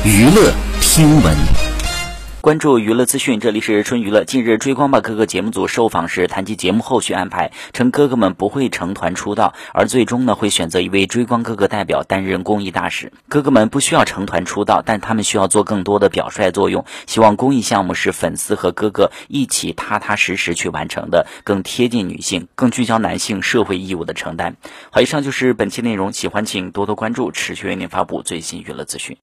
娱乐听闻。 关注娱乐资讯，这里是春娱乐。近日，追光吧哥哥节目组受访时谈及节目后续安排，称哥哥们不会成团出道，而最终会选择一位追光哥哥代表担任公益大使。哥哥们不需要成团出道，但他们需要做更多的表率作用，希望公益项目是粉丝和哥哥一起踏踏实实去完成的，更贴近女性，更聚焦男性社会义务的承担。好，以上就是本期内容，喜欢请多多关注，持续为您发布最新娱乐资讯。